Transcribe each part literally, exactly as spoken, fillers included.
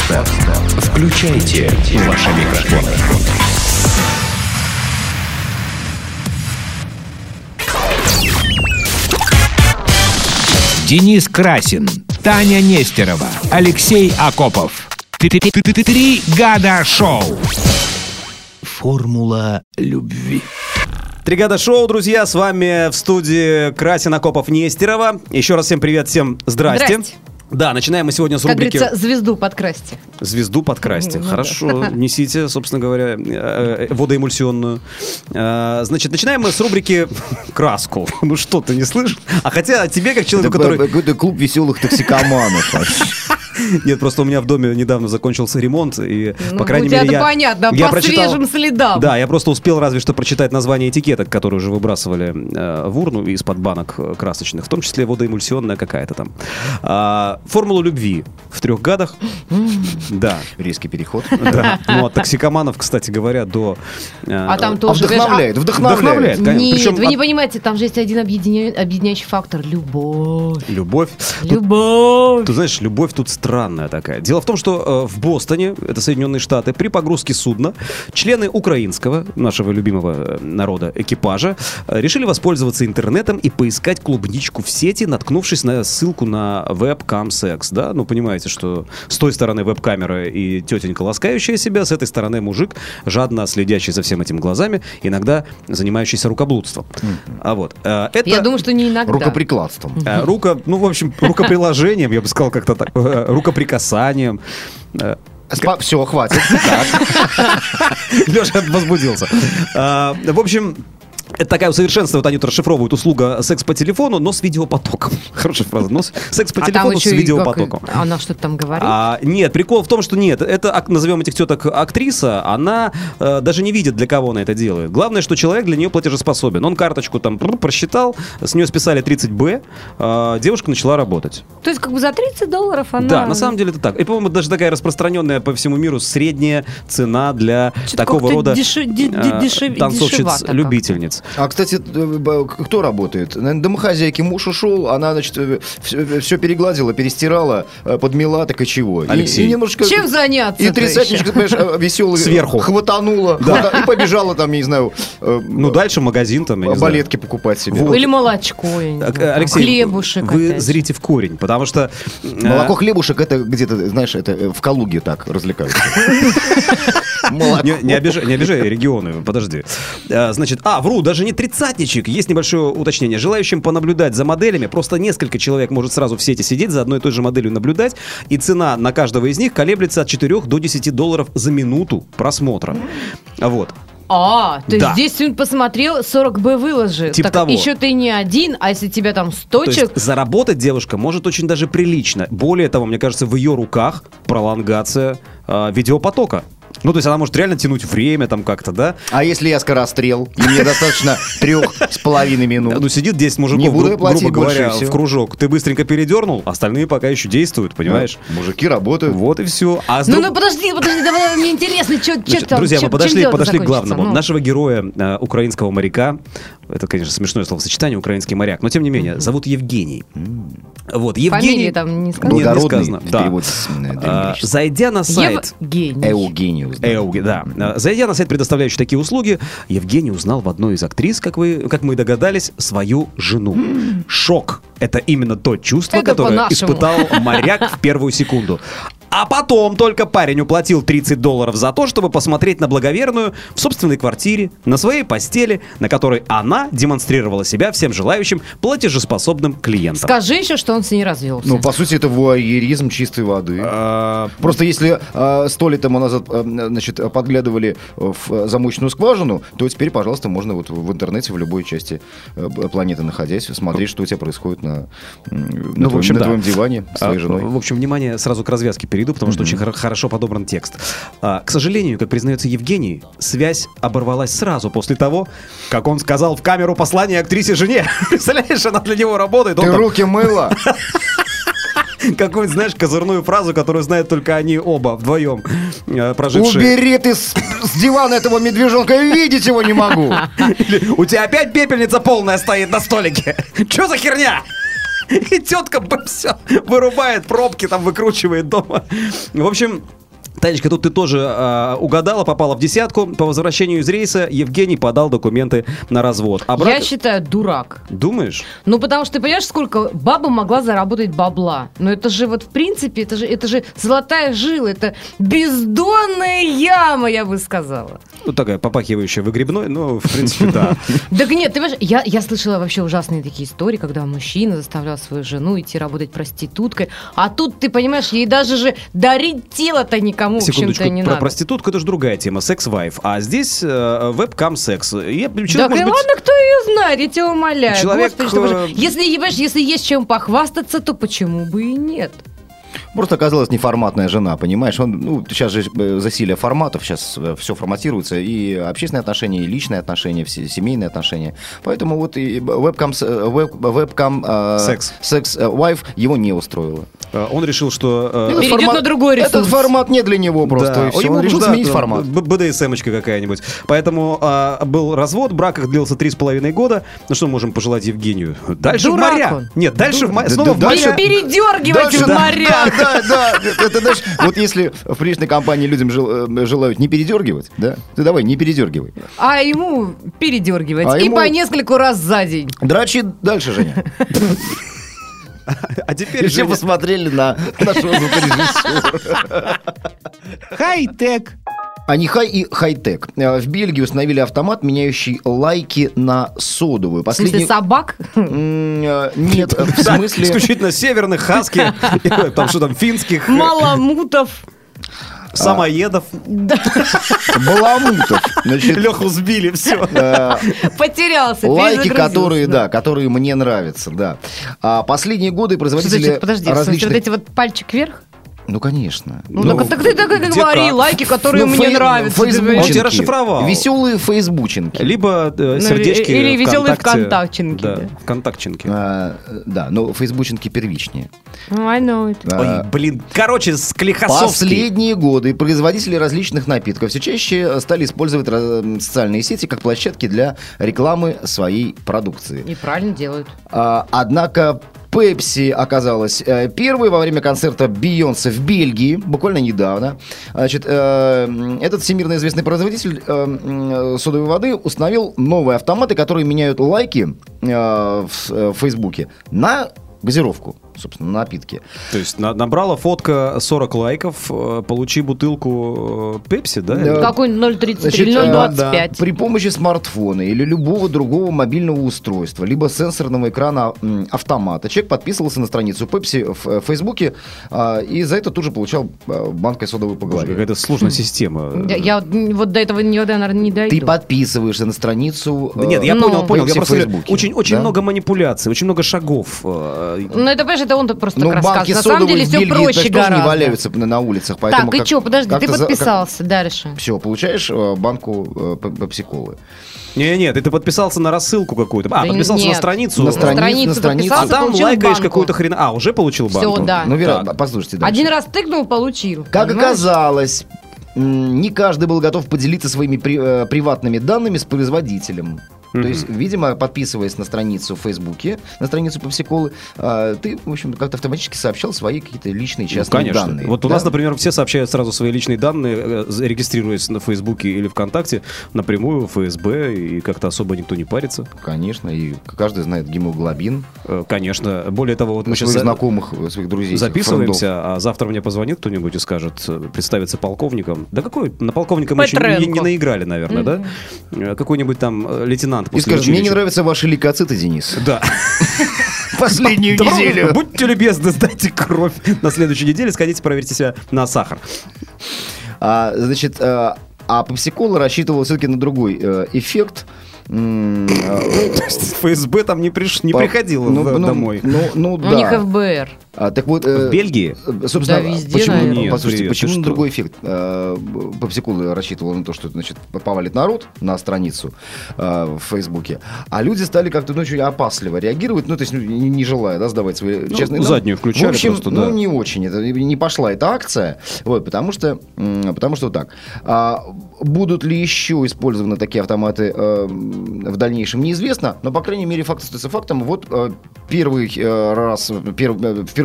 Подстер. Включайте ваши микрофоны. Денис Красин, Таня Нестерова, Алексей Акопов. Три года шоу. Формула любви. Тригада шоу, друзья, с вами в студии Красин, Акопов, Нестерова. Еще раз всем привет, всем здрасте. Здрасте. Да, начинаем мы сегодня с как рубрики... Как говорится, звезду подкрасьте. Звезду подкрасьте. Ну, Хорошо, да. Несите, собственно говоря, водоэмульсионную. Значит, начинаем мы с рубрики «Краску». Ну что, ты не слышишь? А хотя тебе, как человеку, это который... Какой-то клуб веселых токсикоманов. Нет, просто у меня в доме недавно закончился ремонт, и, ну, по крайней у мере, тебя я... понятно, я по прочитал... свежим следам. Да, я просто успел разве что прочитать название этикеток, которые уже выбрасывали э, в урну из-под банок красочных, в том числе водоэмульсионная какая-то там. А, формулу любви в трех гадах. Да. Резкий переход. Да. Ну, от токсикоманов, кстати говоря, до... Э, а там тоже... Вдохновляет, вдохновляет. Нет, Причем вы от... не понимаете, там же есть один объединя... объединяющий фактор. Любовь. Любовь. Любовь. Тут, ты знаешь, любовь тут странная такая. Дело в том, что э, в Бостоне, это Соединенные Штаты, при погрузке судна члены украинского, нашего любимого народа, экипажа, э, решили воспользоваться интернетом и поискать клубничку в сети, наткнувшись на ссылку на вебкам-секс, да? Ну, понимаете, что с той стороны веб-камера и тетенька, ласкающая себя, с этой стороны мужик, жадно следящий за всем этим глазами, иногда занимающийся рукоблудством. Mm-hmm. А вот, э, это... Я думаю, что не иногда. Рукоприкладством. Э, рука, ну, в общем, рукоприложением, я бы сказал как-то так, э, рукоприкасанием. Спа- Все, хватит. Леша возбудился. В общем... Это такая усовершенствование, вот они расшифровывают услуга секс по телефону, но с видеопотоком. Хорошая фраза. Но секс по а телефону с видеопотоком. Как... Она что-то там говорит? А, нет, прикол в том, что нет. Это, назовем этих теток актриса, она э, даже не видит, для кого она это делает. Главное, что человек для нее платежеспособен. Он карточку там просчитал, с нее списали тридцать бэ, э, девушка начала работать. То есть как бы за тридцать долларов она... Да, на самом деле это так. И, по-моему, даже такая распространенная по всему миру средняя цена для что-то такого рода дешев... дешев... танцовщиц-любительниц. А, кстати, кто работает? Наверное, домохозяйки. Муж ушел, она, значит, все, все перегладила, перестирала, подмела, так и чего? Алексей. И, и немножко, чем заняться? И тридцатничка, понимаешь, веселый. Сверху. Хватанула. Да. Хвата... И побежала там, я не знаю... Ну, дальше в магазин там, я не балетки знаю. покупать себе. Вот. Или молочко, я не знаю. Алексей, хлебушек вы опять. Зрите в корень, потому что... Молоко, хлебушек, это где-то, знаешь, это в Калуге так развлекаются. Не, не, обижай, не обижай регионы, подожди. А, значит, а, вру, даже не тридцатничек. Есть небольшое уточнение. Желающим понаблюдать за моделями, просто несколько человек может сразу в сети сидеть, за одной и той же моделью наблюдать, и цена на каждого из них колеблется от четырёх до десяти долларов за минуту просмотра. Вот. А, то есть да. здесь он посмотрел, сорок бэ выложил. Типа так того. Еще ты не один, а если тебя там сто То человек... есть заработать девушка может очень даже прилично. Более того, мне кажется, в ее руках пролонгация э, видеопотока. Ну, то есть она может реально тянуть время там как-то, да? А если я скорострел, и мне достаточно трех с половиной минут? Ну, сидит десять мужиков, гру- грубо говоря, в кружок. Ты быстренько передернул, остальные пока еще действуют, понимаешь? Да, мужики работают. Вот и все. А ну, друг... ну, подожди, подожди, давай, мне интересно, что там... Друзья, чем, мы подошли, чем подошли к главному. Ну. Нашего героя, э, украинского моряка, это, конечно, смешное словосочетание, украинский моряк, но, тем не менее, mm-hmm. зовут Евгений. Mm-hmm. Вот, Евгений... Фамилии там не сказано. Нет, не сказано. Да. А, зайдя на сайт... Евгений. Эугениус. Да. Эуги, да. Зайдя на сайт, предоставляющий такие услуги, Евгений узнал в одной из актрис, как, вы, как мы догадались, свою жену. Mm. Шок. Это именно то чувство, это которое по-нашему. Испытал моряк в первую секунду. А потом только парень уплатил тридцать долларов за то, чтобы посмотреть на благоверную в собственной квартире, на своей постели, на которой она демонстрировала себя всем желающим платежеспособным клиентам. Скажи еще, что он с ней развелся. Ну, по сути, это вуайеризм чистой воды. А... Просто если а, сто лет тому назад а, значит, подглядывали в замочную скважину, то теперь, пожалуйста, можно вот в интернете в любой части планеты находясь смотреть, что у тебя происходит на, на, ну, твоем, в общем, на да. твоем диване с твоей а, женой. В общем, внимание, сразу к развязке перейду, потому что mm-hmm. очень хор- хорошо подобран текст. А, к сожалению, как признается Евгений, связь оборвалась сразу после того, как он сказал в камеру послание актрисе-жене. Представляешь, она для него работает. Ты там... руки мыла? Какую-нибудь, знаешь, козырную фразу, которую знают только они оба вдвоем э, прожившие. Убери ты с, с дивана этого медвежонка, я видеть его не могу. Или, у тебя опять пепельница полная стоит на столике. Че за херня? И тетка все вырубает пробки, там выкручивает дома. В общем, Танечка, тут ты тоже э, угадала, попала в десятку. По возвращению из рейса Евгений подал документы на развод. А брак... Я считаю, дурак. Думаешь? Ну, потому что ты понимаешь, сколько баба могла заработать бабла. Но это же вот, в принципе, это же, это же золотая жила, это бездонная яма, я бы сказала. Ну, такая попахивающая выгребной, но, в принципе, да. Так нет, ты понимаешь, я, я слышала вообще ужасные такие истории, когда мужчина заставлял свою жену идти работать проституткой, а тут, ты понимаешь, ей даже же дарить тело-то никому, в Секундочку, общем-то, не про надо. проститутку это же другая тема, секс-вайф. А здесь э, вебкам-секс. Я, человек, Да, может быть, ладно, кто ее знает, я тебя умоляю. человек, Господи, что э, же- если, ебать, если есть чем похвастаться, то почему бы и нет? Просто оказалась неформатная жена, понимаешь? Он, ну, сейчас же э, засилие форматов, сейчас все форматируется, и общественные отношения, и личные отношения, все семейные отношения. Поэтому вот и вебкам, с- э, веб, вебкам э, Секс. секс-вайф его не устроило. э, он решил, что... э, Этот Перейдет формат- на другой ресурс. Этот формат не для него просто. Да, и всё. ему Он решил да, сменить да, формат. б- БДСМочка какая-нибудь. Поэтому а, был развод, брак их длился три с половиной года. Ну что мы можем пожелать Евгению? Дальше Дурак в моря. он. Нет, дальше в моря. Да, Снова да, в дальше моря. Передергивать Дальше, в да, морях. Да, да, да. Это, знаешь, вот если в приличной компании людям жел- э, желают не передергивать, да, ты давай, не передергивай. А ему передергивать. А и ему- по нескольку раз за день. Дрочи дальше, Женя. А теперь И все Женя, посмотрели на нашего звукорежиссера. Хай-тек. А не хай и хай-тек. Э, В Бельгии установили автомат, меняющий лайки на содовую. В смысле, Последний... собак? М, э, Нет, в да, смысле... исключительно северных, хаски, там что там, финских, Маламутов. самоедов. Баламутов. Значит, Леху сбили, все. э, Потерялся. лайки, перезагрузился. которые, да, которые мне нравятся, да. А последние годы Что производители значит, подожди, в смысле, различных... вот эти вот пальчик вверх? Ну, конечно. Ну, так, так ты так и где говори, как? лайки, которые Ну, мне фей- нравятся. ты фейсбученки. Он тебя расшифровал. Веселые фейсбученки. Либо э, Ну, сердечки или веселые ВКонтакте. вконтакченки, Да, да. вконтакченки. А, да, но фейсбученки первичнее. Ну, I know it. А, Ой, блин, короче, Склихосовский. Последние годы производители различных напитков все чаще стали использовать раз- социальные сети как площадки для рекламы своей продукции. И правильно делают. А, однако Пепси оказалась э, первой во время концерта Бейонсе в Бельгии, буквально недавно. Значит, э, этот всемирно известный производитель э, м, содовой воды установил новые автоматы, которые меняют лайки э, в, э, в Фейсбуке на газировку, собственно, на напитки. То есть на- набрала фотка сорок лайков, э, получи бутылку э, Пепси, да? Да. Какой-нибудь ноль тридцать Значит, три, ноль двадцать да. пять. При помощи смартфона или любого другого мобильного устройства, либо сенсорного экрана м, автомата, человек подписывался на страницу Pepsi в э, Фейсбуке а, и за это тут же получал а, банкой содовой по Боже, голове. какая-то сложная система. Я, я вот до этого никогда, наверное, не дойду. Ты подписываешься на страницу. Да нет, я Ну, понял, понял. Я Pepsi просто в Фейсбуке, очень, очень да? много манипуляций, очень много шагов. э, Ну, это, понимаешь, это он просто Ну, так банки рассказывает. На самом содовой деле в все Бельгии проще тоже не гораздо. валяются на, на улицах. Поэтому Так, и как- что, подожди, ты как-то за- как- подписался дальше. Все, получаешь э, банку э, пепси-колы. Не, нет, ты подписался на рассылку какую-то. А, Да подписался на нет. страницу. На На страницу, страницу на страницу. А подписался, там получил лайкаешь банку. какую-то хрена. А, уже получил Всё, банку? да. Ну, Вера, Так. послушайте дальше. Один раз тыкнул, получил. Как понимаешь? оказалось, м, не каждый был готов поделиться своими при- э, приватными данными с производителем. То Мгм. есть, видимо, подписываясь на страницу в Фейсбуке, на страницу Пепси-колы, э, ты, в общем, как-то автоматически сообщал свои какие-то личные Ну, частные конечно. данные. Вот у да? нас, например, все сообщают сразу свои личные данные, э, регистрируясь на Фейсбуке или ВКонтакте напрямую в эф эс бэ, и как-то особо никто не парится. Конечно, и каждый знает гемоглобин Э, Конечно. Более того, вот мы сейчас своих знакомых, э, своих друзей. записываемся, а завтра мне позвонит кто-нибудь и скажет, э, представится полковником. Да какой? На полковника мы еще не, Петренко. не наиграли, наверное, да? Э, Какой-нибудь там э, лейтенант И после скажет, мне не училища. нравятся ваши лейкоциты, Денис. Да. Последнюю Добро- неделю. Будьте любезны, сдайте кровь на следующей неделе, сходите, проверьте себя на сахар. А, значит, э, а Пепси-кола рассчитывала все-таки на другой э, эффект. М, э, эф эс бэ там не, приш... не по- приходило ну, в- ну, домой. Ну, ну, У да. них эф бэ эр. А, так вот, э, В Бельгии? э, собственно, Да, везде, почему, наверное. Нет, послушайте, привет, почему ты на что? другой эффект? Э, Пепси-кола рассчитывала на то, что, значит, повалит народ на страницу э, в Фейсбуке, а люди стали как-то, ну, очень опасливо реагировать, ну, то есть, ну, не, не желая, да, сдавать свои Ну, честные заднюю данные. включали В общем, просто, ну, да. не очень, это не пошла эта акция, вот, потому что, м, потому что вот так. А, будут ли еще использованы такие автоматы э, в дальнейшем, неизвестно, но, по крайней мере, факт остается фактом. Вот э, первый э, раз, перв- э, впервые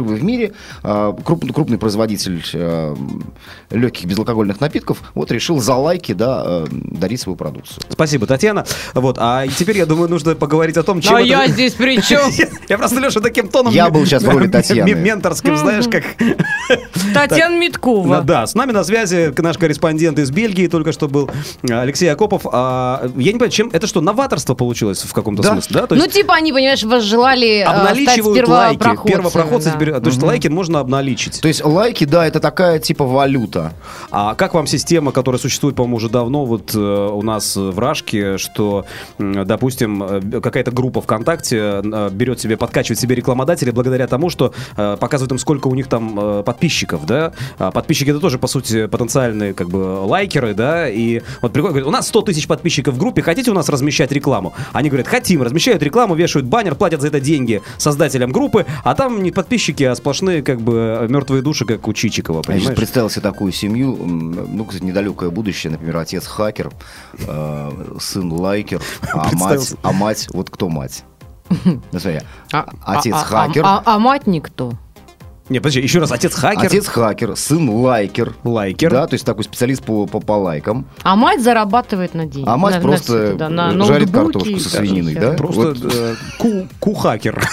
впервые в мире э, круп, крупный производитель э, легких безалкогольных напитков вот решил за лайки, да, э, дарить свою продукцию. Спасибо, Татьяна. Вот, а теперь, я думаю, нужно поговорить о том, чем... А это- я здесь при чем? Я просто, Леша, таким тоном... Я был сейчас в роли Татьяны. м- Менторским, знаешь, как... Татьяна Ну Миткова. да, с нами на связи наш корреспондент из Бельгии только что был, Алексей Акопов. А, я не понимаю, чем... Это что, новаторство получилось в каком-то Да. смысле, да? То Ну, есть типа, они, понимаешь, возжелали э, стать обналичивают лайки. первопроходцами. Первопроходцы да. теперь... То есть лайки можно обналичить. То есть лайки, да, это такая типа валюта. А как вам система, которая существует, по-моему, уже давно вот э, у нас в Рашке, что, м, допустим, э, какая-то группа ВКонтакте э, берет себе, подкачивает себе рекламодателей благодаря тому, что э, показывает им, сколько у них там э, подписчиков, да? А подписчики — это тоже, по сути, потенциальные как бы лайкеры, да? И вот приходят, говорят, у нас сто тысяч подписчиков в группе, хотите у нас размещать рекламу? Они говорят, хотим, размещают рекламу, вешают баннер, платят за это деньги создателям группы, а там не подписчики, а сплошные как бы мертвые души, как у Чичикова, Я сейчас понимаешь? представил себе такую семью, м, ну, кстати, недалекое будущее, например, отец хакер, э, сын лайкер, а Представил мать, себе. а мать, вот кто мать? Ну, смотри, А- отец а- а- хакер, А а мать никто. Не, подожди, еще раз, отец хакер, отец хакер, сын лайкер, лайкер. да, то есть такой специалист по, по, по лайкам, А мать зарабатывает на деньги. а мать на- на просто всё это, да, на жарит ноутбуки картошку и со всё. свининой, да? Просто Вот. э, ку- кухакер.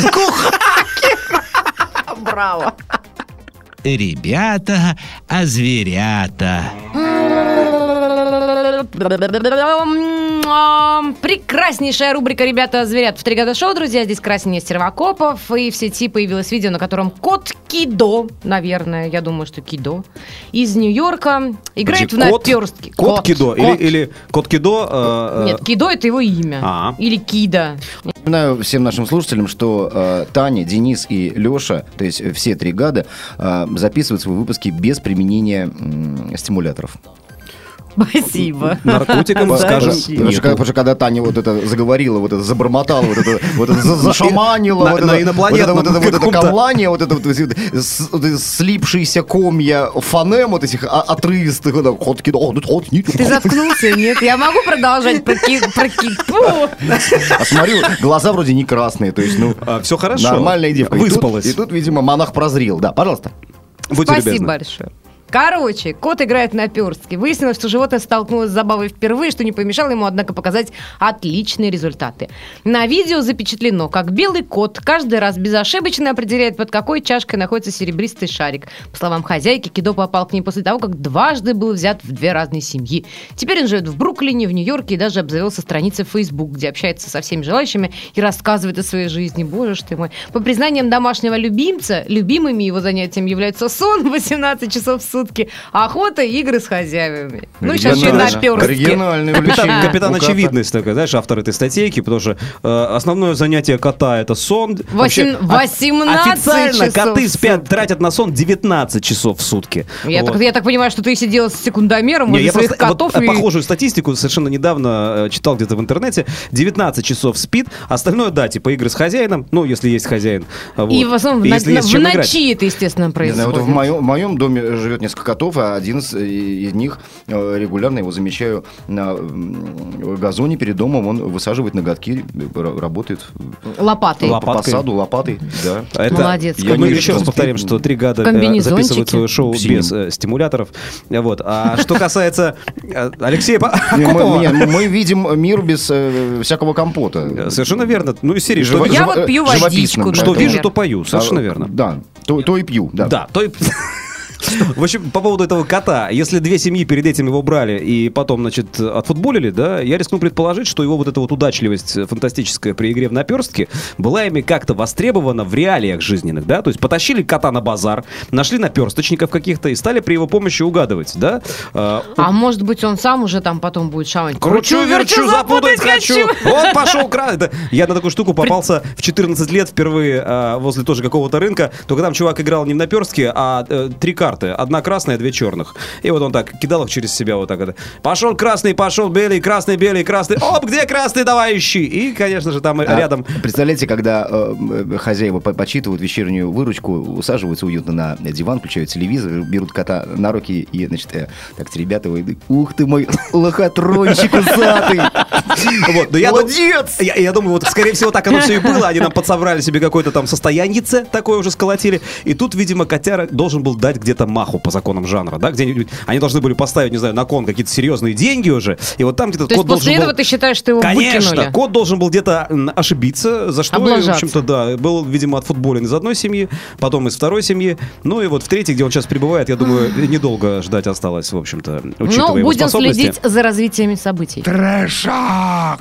Браво. Ребята, а зверята. Прекраснейшая рубрика «Ребята зверят» в «Три года шоу», друзья. Здесь Красин Нестеров Акопов. И в сети появилось видео, на котором кот Кидо, наверное, я думаю, что Кидо, из Нью-Йорка играет в Подожди, кот- наперстки. Кот Кидо. Или, Кот. или Кот Кидо. э, э, Нет, Кидо — это его имя. А. Или Кида. Напоминаю всем нашим слушателям, что э, Таня, Денис и Леша, то есть э, все три гада, э, записывают свои выпуски без применения м, стимуляторов. Спасибо. Наркотикам, За скажем, защиту. Потому что, когда- потому что когда Таня вот это заговорила, вот это забормотала, вот это, вот это за- зашаманила, На- вот на это, инопланетном вот это, вот это, вот это каком-то. камлание, вот это вот, вот это с- вот эти слипшиеся комья фонем вот этих а- отрывистых, вот это, ход кидо, ну, ход, нет, Ты заткнулся, нет? Я могу продолжать про ки... про ки- Фу. А смотрю, глаза вроде не красные, то есть, ну, все хорошо. нормальная девка. И тут- Выспалась. И тут, видимо, монах прозрел. Да, пожалуйста. Будьте Спасибо любезны. большое. Короче, кот играет на перстке. Выяснилось, что животное столкнулось с забавой впервые, что не помешало ему, однако, показать отличные результаты. На видео запечатлено, как белый кот каждый раз безошибочно определяет, под какой чашкой находится серебристый шарик. По словам хозяйки, Кидо попал к ней после того, как дважды был взят в две разные семьи. Теперь он живет в Бруклине, в Нью-Йорке и даже обзавелся страницей в Facebook, где общается со всеми желающими и рассказывает о своей жизни. Боже ж ты мой. По признаниям домашнего любимца, любимыми его занятиями являются сон восемнадцать часов в сутки, охота и игры с хозяевами. Ну, сейчас еще и Оригинально. наперстки. Оригинальное Капитан, увлечение. капитан У кота. очевидность такая, знаешь, автор этой статейки, потому что э, основное занятие кота — это сон. Восемь- о- восемнадцать официально часов коты в спят, сутки. тратят на сон девятнадцать часов в сутки. Я, Вот. так, я так понимаю, что ты сидела с секундомером Не, возле я своих просто котов вот, и... похожую статистику совершенно недавно э, читал где-то в интернете. девятнадцать часов спит, остальное, да, типа игры с хозяином, ну, если есть хозяин. Вот. И в основном И в, если на- есть в чем играть. ночи это, естественно, Не происходит. знаю, вот в моем, в моем доме живет несколько котов, а один из, из них э, регулярно его замечаю на м, газоне перед домом, он высаживает ноготки, р- работает Лопатой. Лоп- по Лопаткой. саду лопатой, да. Это- Молодец. Я не мы вижу, еще раз что повторим, спит. что три гада э, Комбинезончики. записывают свое шоу В синем. без э, стимуляторов. Вот. А что касается э, Алексея По- Не, мы, Акопова, не, мы видим мир без э, всякого компота. совершенно верно. Ну, из серии, что, Жива- вижу- Я жива- вот пью живописно, водичку, что поэтому- вижу, то пою. Совершенно А, верно. Да, то, то и пью, да. Да, то и... В общем, по поводу этого кота. Если две семьи перед этим его брали и потом, значит, отфутболили, да, я рискну предположить, что его вот эта вот удачливость фантастическая при игре в наперстке была ими как-то востребована в реалиях жизненных, да, то есть потащили кота на базар, нашли наперсточников каких-то и стали при его помощи угадывать, да. А, А может быть, он сам уже там потом будет шамать. Кручу, верчу, запутать хочу. Вот пошел кран. Это- Я на такую штуку попался в четырнадцать лет впервые а, возле тоже какого-то рынка. Только там чувак играл не в наперстке, а э, три карты. карты. Одна красная, две черных. И вот он так кидал их через себя вот так. Это. Пошел красный, пошел белый, красный, белый, красный. Оп, где красный, давай ищи. И, конечно же, там а рядом... Представляете, когда э, хозяева почитывают вечернюю выручку, усаживаются уютно на диван, включают телевизор, берут кота на руки и, значит, э, так, ребята, вы, ух ты мой лохотрончик усатый. Вот, молодец! Я, я, я думаю, вот, скорее всего, так оно все и было. Они нам подсобрали себе какое-то там состоянице такое уже сколотили. И тут, видимо, котяра должен был дать где-то маху по законам жанра, да? Где-нибудь они должны были поставить, не знаю, на кон какие-то серьезные деньги уже. И вот там где-то То кот есть после должен этого был... ты считаешь, что его Конечно, выкинули? кот должен был где-то ошибиться, за что, Облажаться. в общем-то, да, был, видимо, отфутболен из одной семьи, потом из второй семьи. Ну и вот в третьей, где он сейчас пребывает, я думаю, недолго ждать осталось, в общем-то, учитывая Ну, его будем способности. следить за развитиями событий. Трэшак!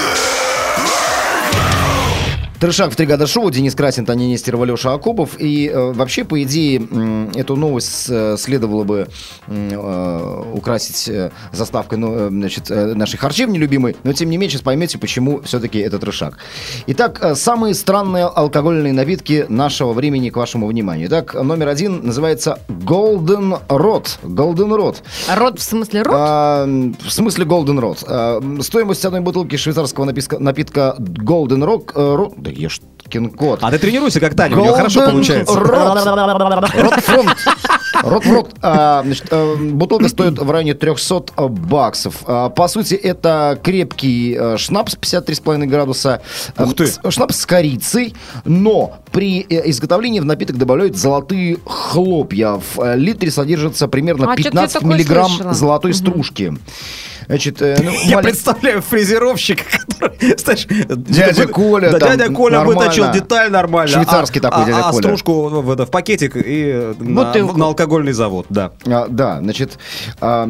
Трешак в «Три года шоу». Денис Красин, Таня Нестерова, Леша Акопов. И э, вообще, по идее, э, эту новость э, следовало бы э, украсить э, заставкой ну, э, значит, э, нашей харчевни любимой. Но, тем не менее, сейчас поймете, почему все-таки это трешак. Итак, э, самые странные алкогольные напитки нашего времени к вашему вниманию. Итак, номер один называется Golden Rod. Golden Rod. Рот в смысле рот? А, в смысле Golden Rod. А, стоимость одной бутылки швейцарского написка, напитка Golden Rock... Э, Ро, да ешкин кот. А ты тренируйся, как Таня, у нее хорошо получается. Ротфронт. Ротфронт. А, значит, а, бутылка стоит в районе триста баксов. А, по сути, это крепкий а, шнапс пятьдесят три с половиной градуса. Ух ты. А, шнапс с корицей, но при э, изготовлении в напиток добавляют золотые хлопья. В э, литре содержится примерно А, что-то я пятнадцать такое миллиграмм слышала. золотой стружки. Значит, э, ну, Я малень- представляю фрезеровщика, который, знаешь, Дядя вы- Коля да, там дядя Коля нормально. выточил деталь нормально. Швейцарский а, такой а, дядя а, Коля. стружку в, это, в пакетик и на, Бутылку. на алкогольный завод, да. А, да, значит, а,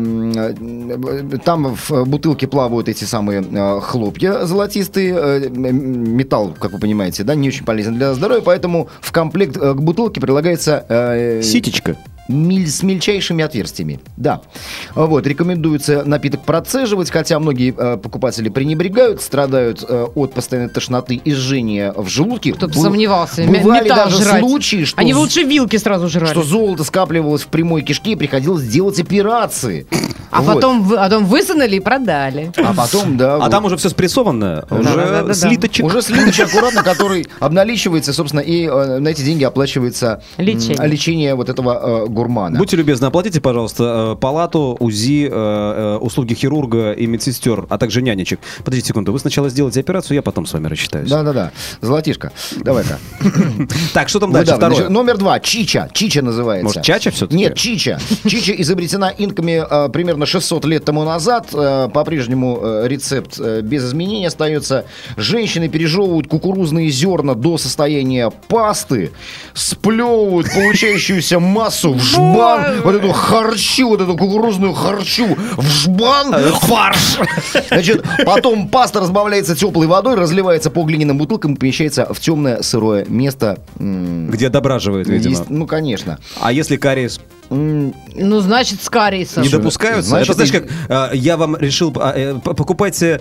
м, там в бутылке плавают эти самые а, хлопья золотистые, э, м, металл, как вы понимаете, да, не очень полезен для здоровья, поэтому в комплект э, к бутылке прилагается э, Ситечка. миль- с мельчайшими отверстиями. Да. Вот, рекомендуется напиток процеживать, хотя многие э, покупатели пренебрегают, страдают э, от постоянной тошноты и жжения в желудке. Кто бы Бу- сомневался. Бывали Металл даже жрать. случаи, что Они з- бы лучше вилки сразу жрали. что золото скапливалось в прямой кишке и приходилось делать операции. А Вот. потом, вы- а потом высунули и продали. А потом, да. А вот. там уже все спрессованное, да, уже да, да. слиточек. Уже слиточек аккуратно, который обналичивается, собственно, и э, на эти деньги оплачивается м, Лечение. лечение вот этого э, гурмана. Будьте любезны, оплатите, пожалуйста, э, палату, УЗИ, э, э, услуги хирурга и медсестер, а также нянечек. Подождите секунду, вы сначала сделаете операцию, я потом с вами рассчитаюсь. Да-да-да. Золотишко. Давай-ка. Так, что там Ну дальше? да, Второе. значит, номер два. Чича. Чича называется. Может, чача все-таки? Нет, чича. Чича изобретена инками э, примерно шестьсот лет тому назад. Э, по-прежнему э, рецепт э, без изменений остается. Женщины пережевывают кукурузные зерна до состояния пасты, сплевывают получающуюся массу в жбан, вот эту харчу, вот эту кукурузную харчу в жбан, фарш. Значит, потом паста разбавляется теплой водой, разливается по глиняным бутылкам и помещается в темное сырое место. М, Где дображивает, видимо. есть- ну, конечно. А если кариес М, Ну, значит, с кариесом. не допускаются? Значит, Это знаешь, и- как э, я вам решил, а, э, п- покупайте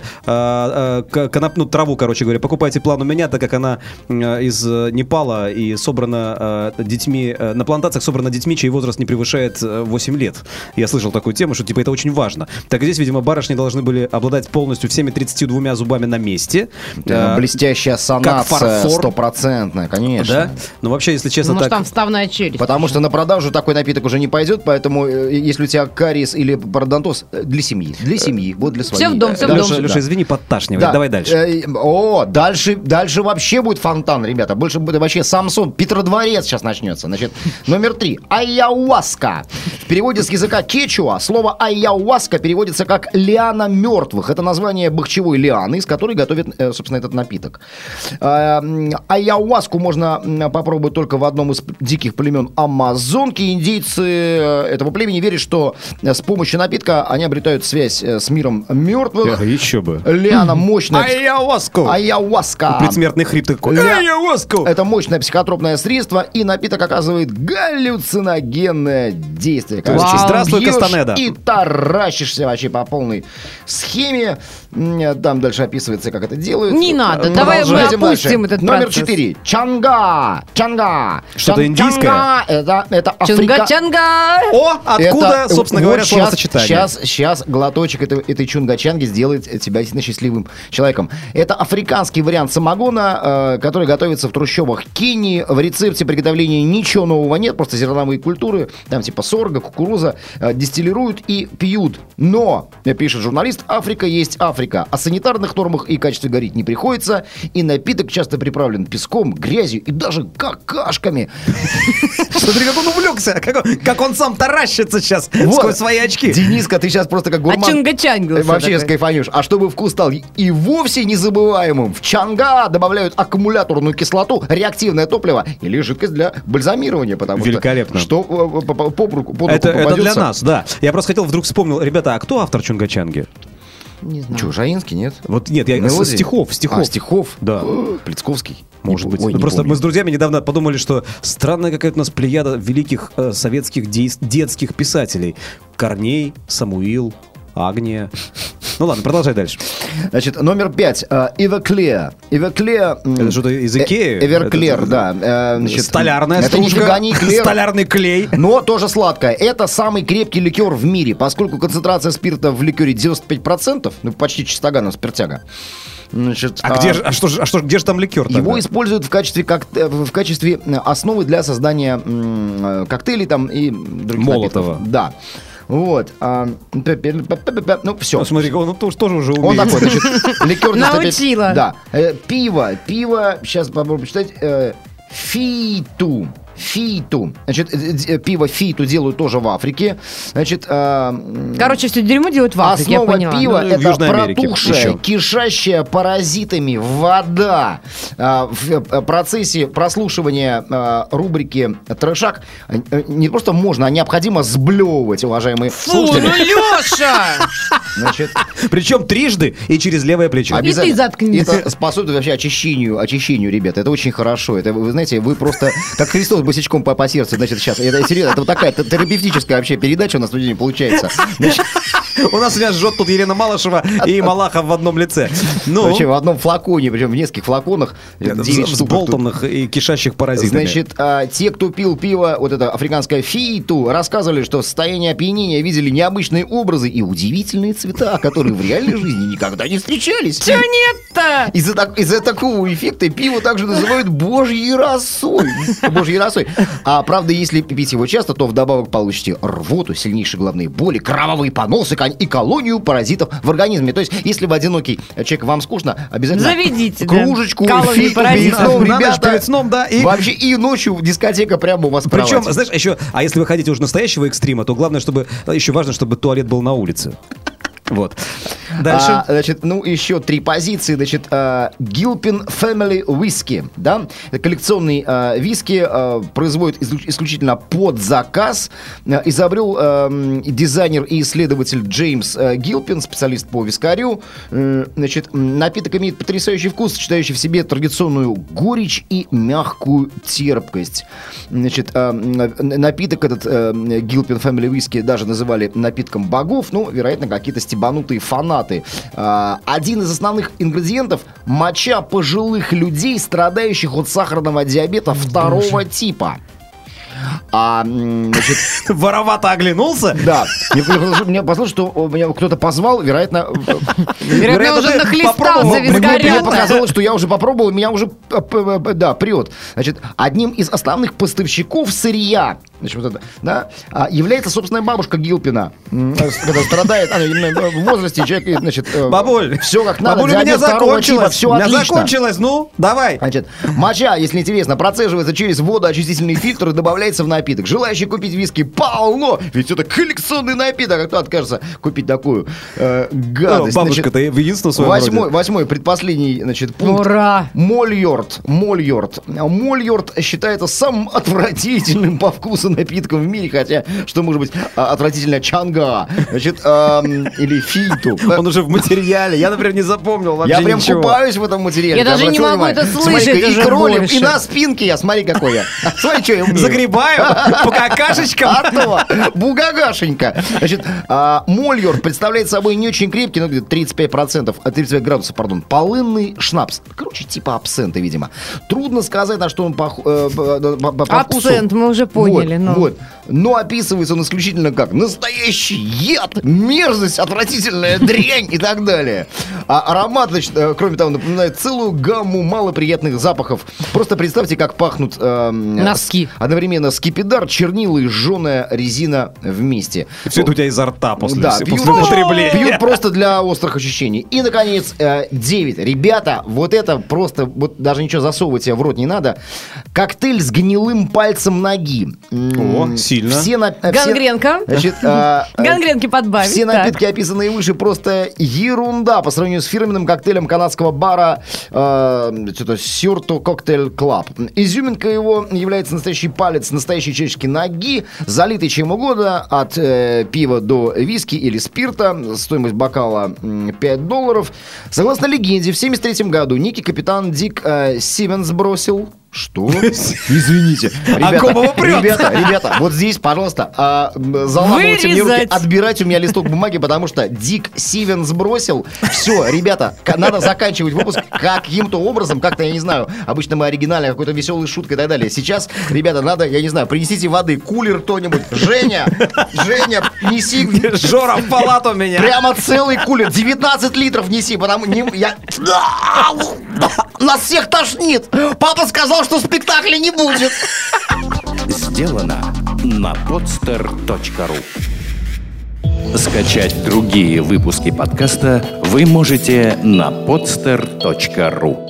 э, э, к- конопную траву, короче говоря, покупайте план у меня, так как она э, из э, Непала и собрана э, детьми, э, на плантациях собрана детьми, чей возраст не превышает э, восемь лет. Я слышал такую тему, что типа это очень важно. Так здесь, видимо, барышни должны были обладать полностью всеми тридцатью двумя зубами на месте. Да, Э, блестящая санация, фарфор. стопроцентная, конечно. Да? Ну, вообще, если честно, Может, так... там вставная челюсть. Потому что на продажу такой напиток уже не пойдет, поэтому э, если у тебя кариес или пародонтоз, э, для семьи, для семьи, вот для своей. Всё в дом, всё в Да. дом. Леша, Леша, Да. извини, подташнивай. Да. Давай дальше. Э, О, дальше, дальше вообще будет фонтан, ребята. Больше будет вообще Самсон, Петродворец сейчас начнется. Значит, номер три. Айяуаска. В переводе с языка кечуа слово айяуаска переводится как лиана мертвых. Это название бахчевой лианы, из которой готовят, э, собственно, этот напиток. Э, м, Айяуаску можно м, попробовать только в одном из диких племен Амазонки. Индейцы э, этого племени верят, что э, с помощью напитка они обретают связь э, с миром мертвых. Еще бы. Лиана мощная. Айяуаску. Айяуаска. Предсмертный хрип такой. Ля- Айяуаску. Это мощное психотропное средство, и напиток оказывает галлюциногенное действия. То есть, Вау. здравствуй, Бьешь Кастанеда. и таращишься вообще по полной схеме. М, Там дальше описывается, как это делают. Не надо, Э, давай мы продолжаем опустим дальше. этот Номер процесс. четыре. Чанга. Чанга. Что-то Чан- индийское? Чанга. Это, это Африка. Чунга-чанга! О, откуда, Это, собственно вот говоря, щас- словосочетание? Сейчас, сейчас глоточек этой, этой чунгачанги сделает тебя действительно счастливым человеком. Это африканский вариант самогона, э, который готовится в трущобах Кении. В рецепте приготовления ничего нового нет, просто зерновые культуры, там типа сорга, кукуруза, э, дистиллируют и пьют. Но, пишет журналист, Африка есть Африка. О санитарных нормах и качестве говорить не приходится, и напиток часто приправлен песком, грязью и даже какашками. Смотри, как он увлекся, как он, как он сам таращится сейчас Вот. сквозь свои очки. Дениска, ты сейчас просто как А гурман. чунга-чангился Вообще сейчас такой. кайфанешь. А чтобы вкус стал и вовсе незабываемым, в чанга добавляют аккумуляторную кислоту, реактивное топливо или жидкость для бальзамирования, потому Великолепно. что что э, по- по- под руку, под руку Это, это для попадется. нас, да. Я просто хотел, вдруг вспомнил, ребята, а кто автор Чунгачанги? Не знаю. Че, Жаинский, нет? Вот нет, я Мелодии? со стихов, стихов. А, стихов? Да. О, Плецковский. Может Не быть. пом- ой, Ну, не просто помню. мы с друзьями недавно подумали, что странная какая-то у нас плеяда великих э, советских дей- детских писателей. Корней, Самуил, Агния. Ну ладно, продолжай дальше. Значит, номер пять. э, Эверклер. Эверклер. м, Это что-то из Икеи? э, Эверклер, Это- да. э, значит, Столярная Это стружка, нифига не эклер. столярный клей. Но тоже сладкое. Это самый крепкий ликер в мире, поскольку концентрация спирта в ликере девяносто пять процентов, ну почти чистоганная спиртяга. Значит, А, где же, а что же, а что же, где же там ликер его тогда? используют в качестве, как, в качестве основы для создания м, коктейлей там и других Молотова. напитков. Да. Вот. а, Ну, все. Ну, смотри, он тоже, тоже уже умеет. Он такой, значит, ликер... Научила. Да. Э, Пиво. Пиво, сейчас попробую почитать. э, Фиту. Фиту. Значит, э, э, пиво фиту делают тоже в Африке. Значит, э, Короче, все дерьмо делают в Африке, я основа поняла. пива Ну, в это Южной Америке протухшая, еще. кишащая паразитами вода. А, В э, процессе прослушивания а, рубрики «Трэшак» э, не просто можно, а необходимо сблевывать, уважаемые Фу, ну слушатели. Леша! Значит, Причем трижды и через левое плечо. Обе- ты заткнись. Это способствует вообще очищению, очищению, ребята. Это очень хорошо. Это, вы знаете, вы просто как Христос босичком по, по сердцу, значит, сейчас. Это серьезно, это вот такая т- терапевтическая вообще передача у нас в студии получается. Значит, У нас меня жжет тут Елена Малышева и Малахов в одном лице. Ну, вообще в одном флаконе, причем в нескольких флаконах. девять штук. взболтанных и кишащих паразитами. Значит, а, те, кто пил пиво, вот это африканское фиту, рассказывали, что в состоянии опьянения видели необычные образы и удивительные цвета, которые в реальной жизни никогда не встречались. Чего нет-то? Из-за, так- из-за такого эффекта пиво также называют божьей росой. Божьей росой. А правда, если пить его часто, то вдобавок получите рвоту, сильнейшие головные боли, кровавые поносы кон- и колонию паразитов в организме. То есть, если вы одинокий человек, вам скучно, обязательно Заведите, да, кружечку колонию фиту перед паразитов. сном, На ночь ребята. перед сном, да, и- Вообще и ночью дискотека прямо у вас в Причем, кровати. знаешь, еще, а если вы хотите уже настоящего экстрима, то главное, чтобы, еще важно, чтобы туалет был на улице. Вот. Дальше. А, значит, ну, еще три позиции. Значит, а, Gilpin Family Whisky, да, коллекционный а, виски а, производит излю- исключительно под заказ. А, изобрел а, м, дизайнер и исследователь Джеймс а, Гилпин, специалист по вискарю. М, Значит, м, напиток имеет потрясающий вкус, сочетающий в себе традиционную горечь и мягкую терпкость. Значит, а, м, напиток этот а, Gilpin Family Whisky даже называли напитком богов, ну, вероятно, какие-то стебанутые фанаты. А, Один из основных ингредиентов – моча пожилых людей, страдающих от сахарного диабета второго типа. А, м, значит, Воровато оглянулся. да, мне, послушай- мне послушай, что меня кто-то позвал, вероятно... Вероятно, уже ты нахлестал попробовал. за Мне- Мне, мне вискаря. показалось, что я уже попробовал, меня уже, э, п- п- да, прет. Значит, одним из основных поставщиков сырья, значит, вот это, да, а, является собственная бабушка Гилпина, м, э, когда страдает, она именно в возрасте, человек, значит, э, Бабуль, все как надо, бабуль, у меня диабет второго типа, закончилось. все у меня отлично. закончилось, ну, давай. Значит, моча, если интересно, процеживается через водоочистительный фильтр и добавляется в напиток. Желающие купить виски полно, ведь это коллекционный напиток, а кто откажется купить такую э, гадость. Ну, бабушка-то в единственном своем восьмой, роде. восьмой, предпоследний, значит, пункт. Ура! Мольорт. Мольорт. Мольорт считается самым отвратительным по вкусу вкуса напитков в мире, хотя, что может быть а, отвратительно, чанга, значит, эм, или фиту. Он уже в материале. Я, например, не запомнил вообще Я прям ничего. купаюсь в этом материале. Я даже не могу это слышать и уже кролик, больше. и на спинке я, смотри, какой я. Смотри, что я умею. Загребаю по какашечкам. А то, бугагашенька. Значит, а, Мольер представляет собой не очень крепкий, ну, где-то тридцать пять процентов, а, тридцать пять градусов, пардон, полынный шнапс. Короче, типа абсента, видимо. Трудно сказать, на что он по, э, по, по, по вкусу. Абсент, мы уже поняли. Вот, ну. вот. Но описывается он исключительно как настоящий яд, мерзость, отвратительная дрянь и так далее. А аромат, значит, э, кроме того, напоминает целую гамму малоприятных запахов. Просто представьте, как пахнут э, носки. С, одновременно скипидар, чернила и жженая резина вместе. И все это у тебя изо рта после, Да, после пьют, употребления. пьют просто для острых ощущений. И, наконец, э, девять. Ребята, вот это просто, вот даже ничего засовывать себе в рот не надо. Коктейль с гнилым пальцем ноги. О, сильно. Все на, э, Гангренка. Все, значит, э, э, Гангренки подбавить. все так. напитки, описанные выше, просто ерунда по сравнению с фирменным коктейлем канадского бара э, что-то Сюрто Коктейль Клаб. Изюминка его является настоящий палец настоящей человеческой ноги, залитый чем угодно, от э, пива до виски или спирта. Стоимость бокала м, пять долларов. Согласно легенде, в семьдесят третьем году некий капитан Дик э, Сивенс бросил... Что? Извините. Ребята, кого прет? ребята, ребята, вот здесь, пожалуйста, а, заламывайте мне руки, Вырезать. отбирайте у меня листок бумаги, потому что Дик Сивенс бросил. Все, ребята, к- надо заканчивать выпуск каким-то образом, как-то, я не знаю, обычно мы оригинально, какой-то веселой шуткой и так далее. Сейчас, ребята, надо, я не знаю, принесите воды, кулер кто-нибудь. Женя, Женя, неси Жора, в палату меня. прямо целый кулер, девятнадцать литров неси, потому не, я... Нас всех тошнит. Папа сказал, что спектакля не будет. Сделано на подстер точка ру. Скачать другие выпуски подкаста вы можете на подстер точка ру.